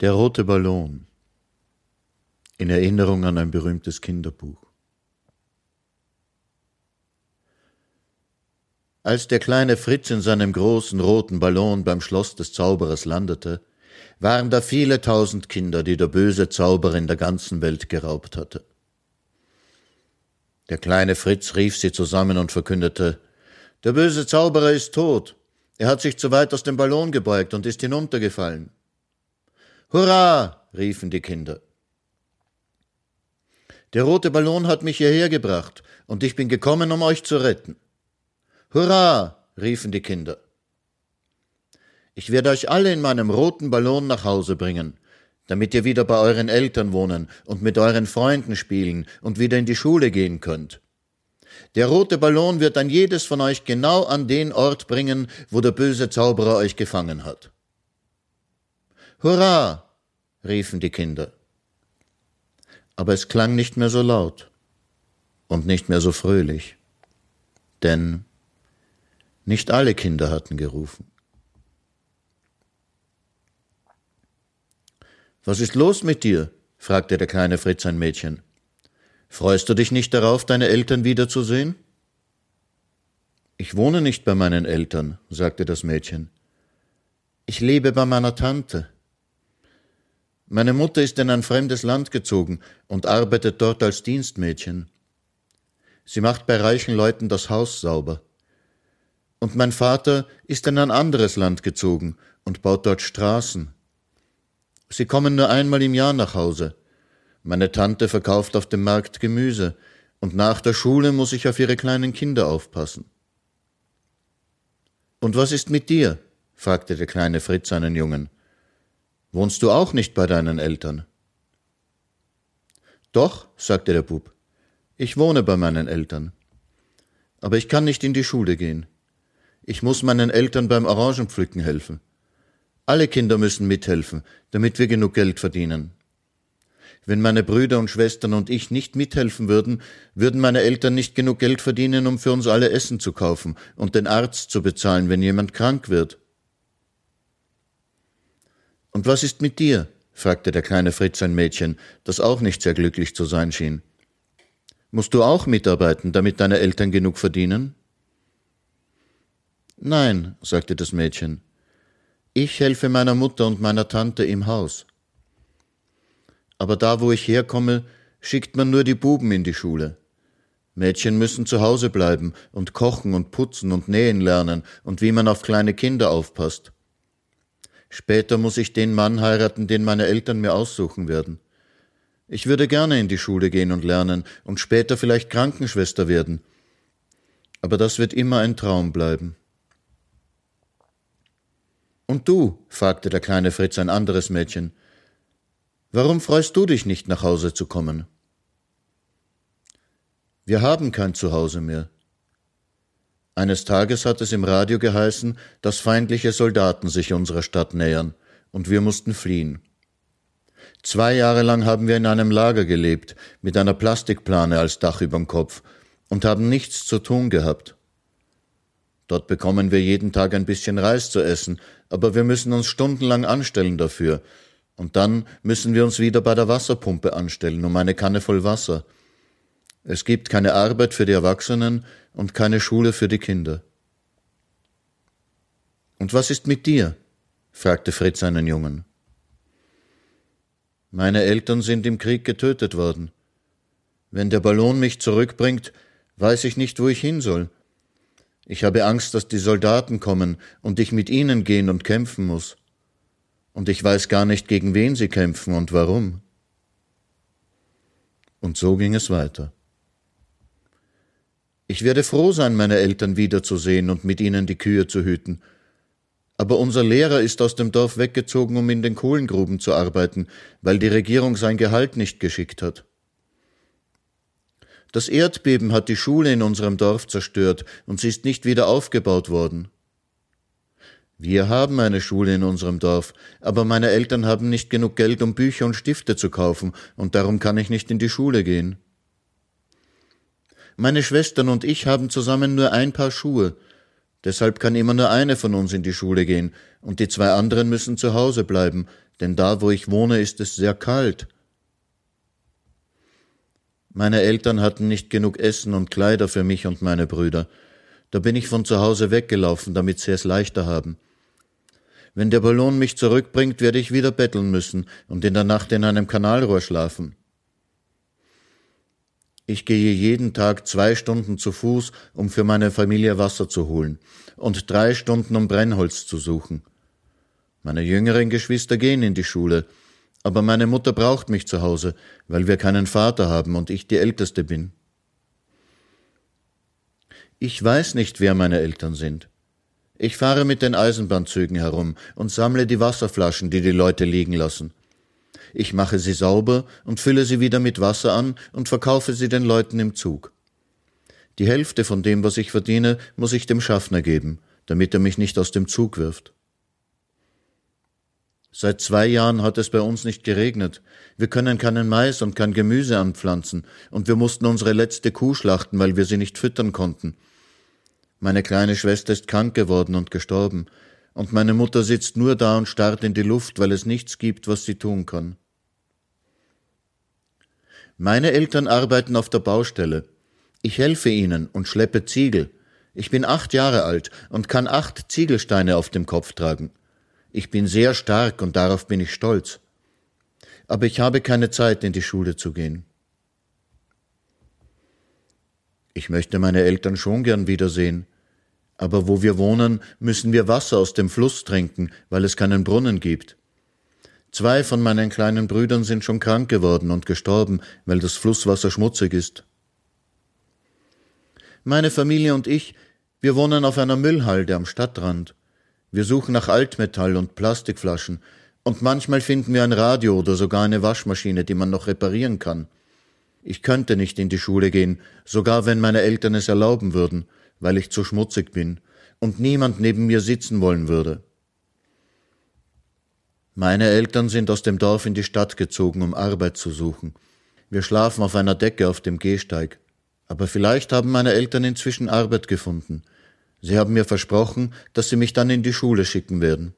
Der rote Ballon. In Erinnerung an ein berühmtes Kinderbuch. Als der kleine Fritz in seinem großen roten Ballon beim Schloss des Zauberers landete, waren da viele tausend Kinder, die der böse Zauberer in der ganzen Welt geraubt hatte. Der kleine Fritz rief sie zusammen und verkündete: Der böse Zauberer ist tot. Er hat sich zu weit aus dem Ballon gebeugt und ist hinuntergefallen. Hurra! Riefen die Kinder. Der rote Ballon hat mich hierher gebracht und ich bin gekommen, um euch zu retten. Hurra! Riefen die Kinder. Ich werde euch alle in meinem roten Ballon nach Hause bringen, damit ihr wieder bei euren Eltern wohnen und mit euren Freunden spielen und wieder in die Schule gehen könnt. Der rote Ballon wird dann jedes von euch genau an den Ort bringen, wo der böse Zauberer euch gefangen hat. Hurra! Riefen die Kinder. Aber es klang nicht mehr so laut und nicht mehr so fröhlich, denn nicht alle Kinder hatten gerufen. »Was ist los mit dir?« fragte der kleine Fritz ein Mädchen. »Freust du dich nicht darauf, deine Eltern wiederzusehen?« »Ich wohne nicht bei meinen Eltern«, sagte das Mädchen. »Ich lebe bei meiner Tante. Meine Mutter ist in ein fremdes Land gezogen und arbeitet dort als Dienstmädchen. Sie macht bei reichen Leuten das Haus sauber. Und mein Vater ist in ein anderes Land gezogen und baut dort Straßen. Sie kommen nur einmal im Jahr nach Hause. Meine Tante verkauft auf dem Markt Gemüse und nach der Schule muss ich auf ihre kleinen Kinder aufpassen.« »Und was ist mit dir?« fragte der kleine Fritz seinen Jungen. »Wohnst du auch nicht bei deinen Eltern?« »Doch«, sagte der Bub, »ich wohne bei meinen Eltern. Aber ich kann nicht in die Schule gehen. Ich muss meinen Eltern beim Orangenpflücken helfen. Alle Kinder müssen mithelfen, damit wir genug Geld verdienen. Wenn meine Brüder und Schwestern und ich nicht mithelfen würden, würden meine Eltern nicht genug Geld verdienen, um für uns alle Essen zu kaufen und den Arzt zu bezahlen, wenn jemand krank wird.« »Und was ist mit dir?« fragte der kleine Fritz ein Mädchen, das auch nicht sehr glücklich zu sein schien. »Musst du auch mitarbeiten, damit deine Eltern genug verdienen?« »Nein«, sagte das Mädchen, »ich helfe meiner Mutter und meiner Tante im Haus. Aber da, wo ich herkomme, schickt man nur die Buben in die Schule. Mädchen müssen zu Hause bleiben und kochen und putzen und nähen lernen und wie man auf kleine Kinder aufpasst. Später muss ich den Mann heiraten, den meine Eltern mir aussuchen werden. Ich würde gerne in die Schule gehen und lernen und später vielleicht Krankenschwester werden. Aber das wird immer ein Traum bleiben.« »Und du?« fragte der kleine Fritz ein anderes Mädchen. »Warum freust du dich nicht, nach Hause zu kommen?« »Wir haben kein Zuhause mehr. Eines Tages hat es im Radio geheißen, dass feindliche Soldaten sich unserer Stadt nähern, und wir mussten fliehen. Zwei Jahre lang haben wir in einem Lager gelebt, mit einer Plastikplane als Dach überm Kopf, und haben nichts zu tun gehabt. Dort bekommen wir jeden Tag ein bisschen Reis zu essen, aber wir müssen uns stundenlang anstellen dafür. Und dann müssen wir uns wieder bei der Wasserpumpe anstellen, um eine Kanne voll Wasser. Es gibt keine Arbeit für die Erwachsenen und keine Schule für die Kinder.« »Und was ist mit dir?« fragte Fritz einen Jungen. »Meine Eltern sind im Krieg getötet worden. Wenn der Ballon mich zurückbringt, weiß ich nicht, wo ich hin soll. Ich habe Angst, dass die Soldaten kommen und ich mit ihnen gehen und kämpfen muss. Und ich weiß gar nicht, gegen wen sie kämpfen und warum.« Und so ging es weiter. »Ich werde froh sein, meine Eltern wiederzusehen und mit ihnen die Kühe zu hüten. Aber unser Lehrer ist aus dem Dorf weggezogen, um in den Kohlengruben zu arbeiten, weil die Regierung sein Gehalt nicht geschickt hat. Das Erdbeben hat die Schule in unserem Dorf zerstört und sie ist nicht wieder aufgebaut worden. Wir haben eine Schule in unserem Dorf, aber meine Eltern haben nicht genug Geld, um Bücher und Stifte zu kaufen, und darum kann ich nicht in die Schule gehen. Meine Schwestern und ich haben zusammen nur ein Paar Schuhe. Deshalb kann immer nur eine von uns in die Schule gehen und die zwei anderen müssen zu Hause bleiben, denn da, wo ich wohne, ist es sehr kalt. Meine Eltern hatten nicht genug Essen und Kleider für mich und meine Brüder. Da bin ich von zu Hause weggelaufen, damit sie es leichter haben. Wenn der Ballon mich zurückbringt, werde ich wieder betteln müssen und in der Nacht in einem Kanalrohr schlafen. Ich gehe jeden Tag zwei Stunden zu Fuß, um für meine Familie Wasser zu holen, und drei Stunden, um Brennholz zu suchen. Meine jüngeren Geschwister gehen in die Schule, aber meine Mutter braucht mich zu Hause, weil wir keinen Vater haben und ich die Älteste bin. Ich weiß nicht, wer meine Eltern sind. Ich fahre mit den Eisenbahnzügen herum und sammle die Wasserflaschen, die die Leute liegen lassen. Ich mache sie sauber und fülle sie wieder mit Wasser an und verkaufe sie den Leuten im Zug. Die Hälfte von dem, was ich verdiene, muss ich dem Schaffner geben, damit er mich nicht aus dem Zug wirft. Seit zwei Jahren hat es bei uns nicht geregnet. Wir können keinen Mais und kein Gemüse anpflanzen und wir mussten unsere letzte Kuh schlachten, weil wir sie nicht füttern konnten. Meine kleine Schwester ist krank geworden und gestorben und meine Mutter sitzt nur da und starrt in die Luft, weil es nichts gibt, was sie tun kann. Meine Eltern arbeiten auf der Baustelle. Ich helfe ihnen und schleppe Ziegel. Ich bin acht Jahre alt und kann acht Ziegelsteine auf dem Kopf tragen. Ich bin sehr stark und darauf bin ich stolz. Aber ich habe keine Zeit, in die Schule zu gehen. Ich möchte meine Eltern schon gern wiedersehen. Aber wo wir wohnen, müssen wir Wasser aus dem Fluss trinken, weil es keinen Brunnen gibt. Zwei von meinen kleinen Brüdern sind schon krank geworden und gestorben, weil das Flusswasser schmutzig ist. Meine Familie und ich, wir wohnen auf einer Müllhalde am Stadtrand. Wir suchen nach Altmetall und Plastikflaschen und manchmal finden wir ein Radio oder sogar eine Waschmaschine, die man noch reparieren kann. Ich könnte nicht in die Schule gehen, sogar wenn meine Eltern es erlauben würden, weil ich zu schmutzig bin und niemand neben mir sitzen wollen würde. Meine Eltern sind aus dem Dorf in die Stadt gezogen, um Arbeit zu suchen. Wir schlafen auf einer Decke auf dem Gehsteig. Aber vielleicht haben meine Eltern inzwischen Arbeit gefunden. Sie haben mir versprochen, dass sie mich dann in die Schule schicken werden.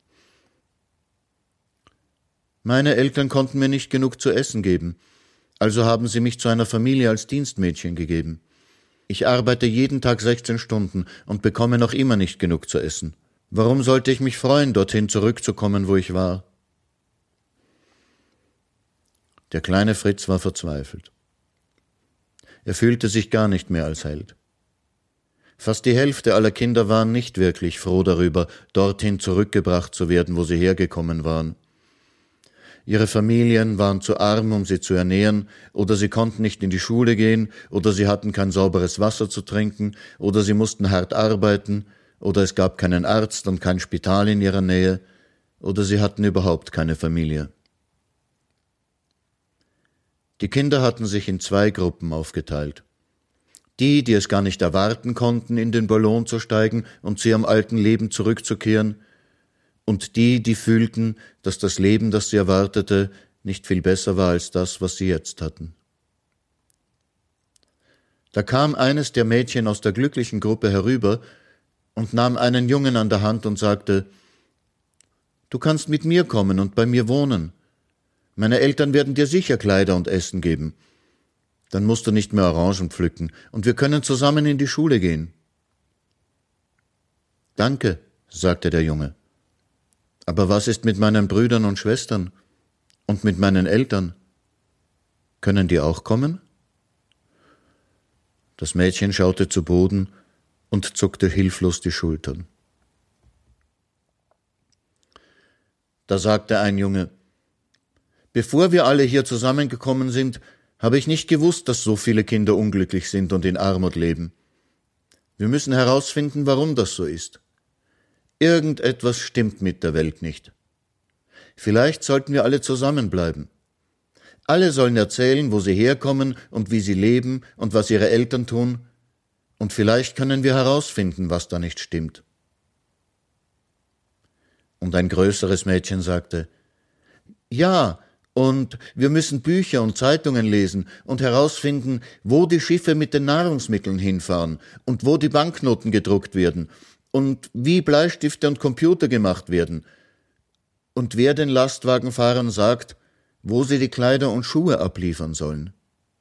Meine Eltern konnten mir nicht genug zu essen geben, also haben sie mich zu einer Familie als Dienstmädchen gegeben. Ich arbeite jeden Tag sechzehn Stunden und bekomme noch immer nicht genug zu essen. Warum sollte ich mich freuen, dorthin zurückzukommen, wo ich war? Der kleine Fritz war verzweifelt. Er fühlte sich gar nicht mehr als Held. Fast die Hälfte aller Kinder waren nicht wirklich froh darüber, dorthin zurückgebracht zu werden, wo sie hergekommen waren. Ihre Familien waren zu arm, um sie zu ernähren, oder sie konnten nicht in die Schule gehen, oder sie hatten kein sauberes Wasser zu trinken, oder sie mussten hart arbeiten, oder es gab keinen Arzt und kein Spital in ihrer Nähe, oder sie hatten überhaupt keine Familie. Die Kinder hatten sich in zwei Gruppen aufgeteilt. Die, die es gar nicht erwarten konnten, in den Ballon zu steigen und zu ihrem alten Leben zurückzukehren, und die, die fühlten, dass das Leben, das sie erwartete, nicht viel besser war als das, was sie jetzt hatten. Da kam eines der Mädchen aus der glücklichen Gruppe herüber und nahm einen Jungen an der Hand und sagte: »Du kannst mit mir kommen und bei mir wohnen. Meine Eltern werden dir sicher Kleider und Essen geben. Dann musst du nicht mehr Orangen pflücken und wir können zusammen in die Schule gehen.« »Danke«, sagte der Junge. »Aber was ist mit meinen Brüdern und Schwestern und mit meinen Eltern? Können die auch kommen?« Das Mädchen schaute zu Boden und zuckte hilflos die Schultern. Da sagte ein Junge: »Bevor wir alle hier zusammengekommen sind, habe ich nicht gewusst, dass so viele Kinder unglücklich sind und in Armut leben. Wir müssen herausfinden, warum das so ist. Irgendetwas stimmt mit der Welt nicht. Vielleicht sollten wir alle zusammenbleiben. Alle sollen erzählen, wo sie herkommen und wie sie leben und was ihre Eltern tun, und vielleicht können wir herausfinden, was da nicht stimmt.« Und ein größeres Mädchen sagte: »Ja, Und wir müssen Bücher und Zeitungen lesen und herausfinden, wo die Schiffe mit den Nahrungsmitteln hinfahren und wo die Banknoten gedruckt werden und wie Bleistifte und Computer gemacht werden und wer den Lastwagenfahrern sagt, wo sie die Kleider und Schuhe abliefern sollen.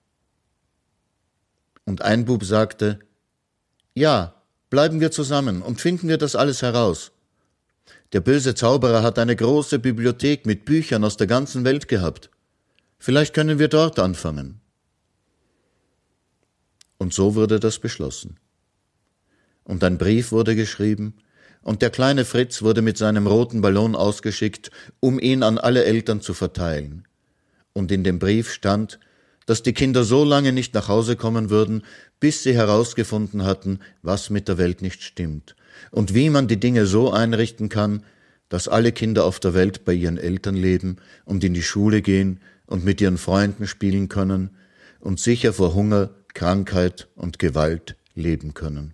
Und ein Bub sagte, ja, bleiben wir zusammen und finden wir das alles heraus. Der böse Zauberer hat eine große Bibliothek mit Büchern aus der ganzen Welt gehabt. Vielleicht können wir dort anfangen. Und so wurde das beschlossen. Und ein Brief wurde geschrieben, und der kleine Fritz wurde mit seinem roten Ballon ausgeschickt, um ihn an alle Eltern zu verteilen. Und in dem Brief stand, dass die Kinder so lange nicht nach Hause kommen würden, bis sie herausgefunden hatten, was mit der Welt nicht stimmt und wie man die Dinge so einrichten kann, dass alle Kinder auf der Welt bei ihren Eltern leben und in die Schule gehen und mit ihren Freunden spielen können und sicher vor Hunger, Krankheit und Gewalt leben können.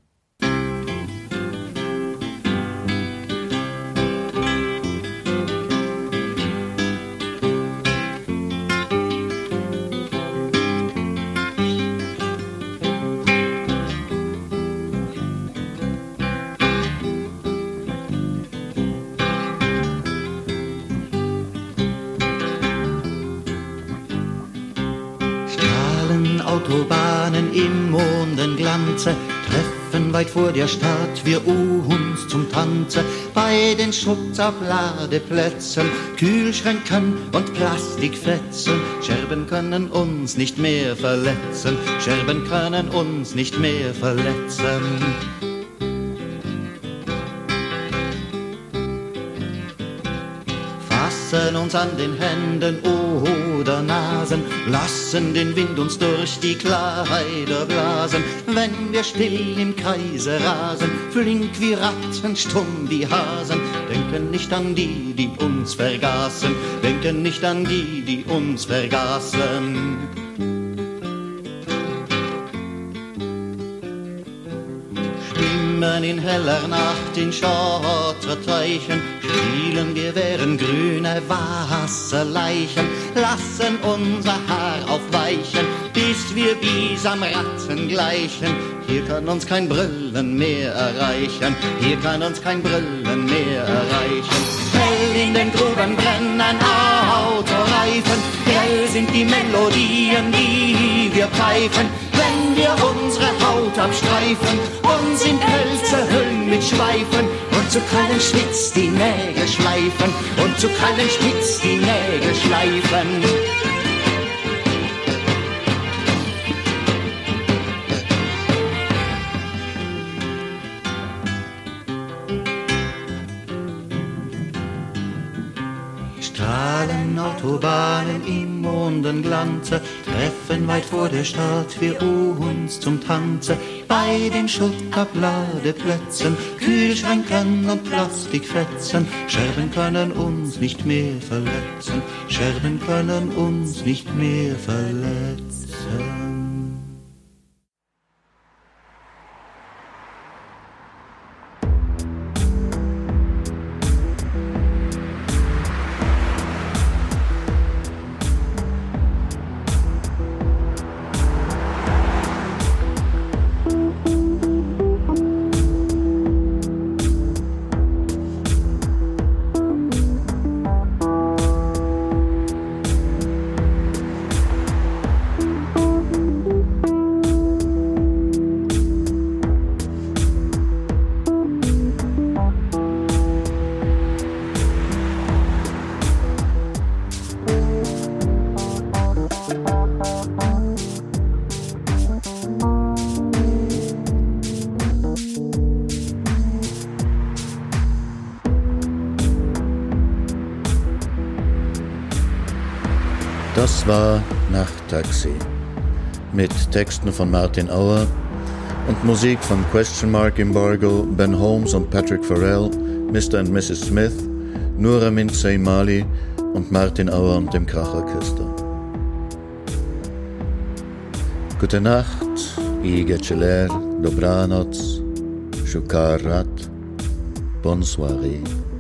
Autobahnen im Mondenglanze treffen weit vor der Stadt wir uns zum Tanze. Bei den Schutzabladeplätzen, Kühlschränken und Plastikfetzen, Scherben können uns nicht mehr verletzen, Scherben können uns nicht mehr verletzen. Fassen uns an den Händen oder Nasen, lassen den Wind uns durch die Kleider blasen. Wenn wir still im Kreise rasen, flink wie Ratten, stumm wie Hasen, denken nicht an die, die uns vergaßen, denken nicht an die, die uns vergaßen. In heller Nacht in Schotterteichen spielen wir wären grüne Wasserleichen, lassen unser Haar aufweichen, bis wir Bisamratten gleichen. Hier kann uns kein Brüllen mehr erreichen, hier kann uns kein Brüllen mehr erreichen. Hell in den Gruben brennen Autoreifen, hell sind die Melodien, die wir pfeifen, wenn wir unsere Haut abstreifen, uns in Pelze hüllen mit Schweifen und zu kaltem Schwitz die Nägel schleifen und zu kaltem Schwitz die Nägel schleifen. Strahlenoautobahnen im Mondenglanze treffen weit vor der Stadt wir uns zum Tanze. Bei den Schuttabladeplätzen, Kühlschränken und Plastikfetzen, Scherben können uns nicht mehr verletzen, Scherben können uns nicht mehr verletzen. Das war Nachttaxi mit Texten von Martin Auer und Musik von Question Mark Embargo, Ben Holmes und Patrick Farrell, Mister and Missus Smith, Noura Minzey Mali und Martin Auer und dem Krachorchester. Gute Nacht, Iga Celer, Dobranoc, Shukarat, Bonne soirée.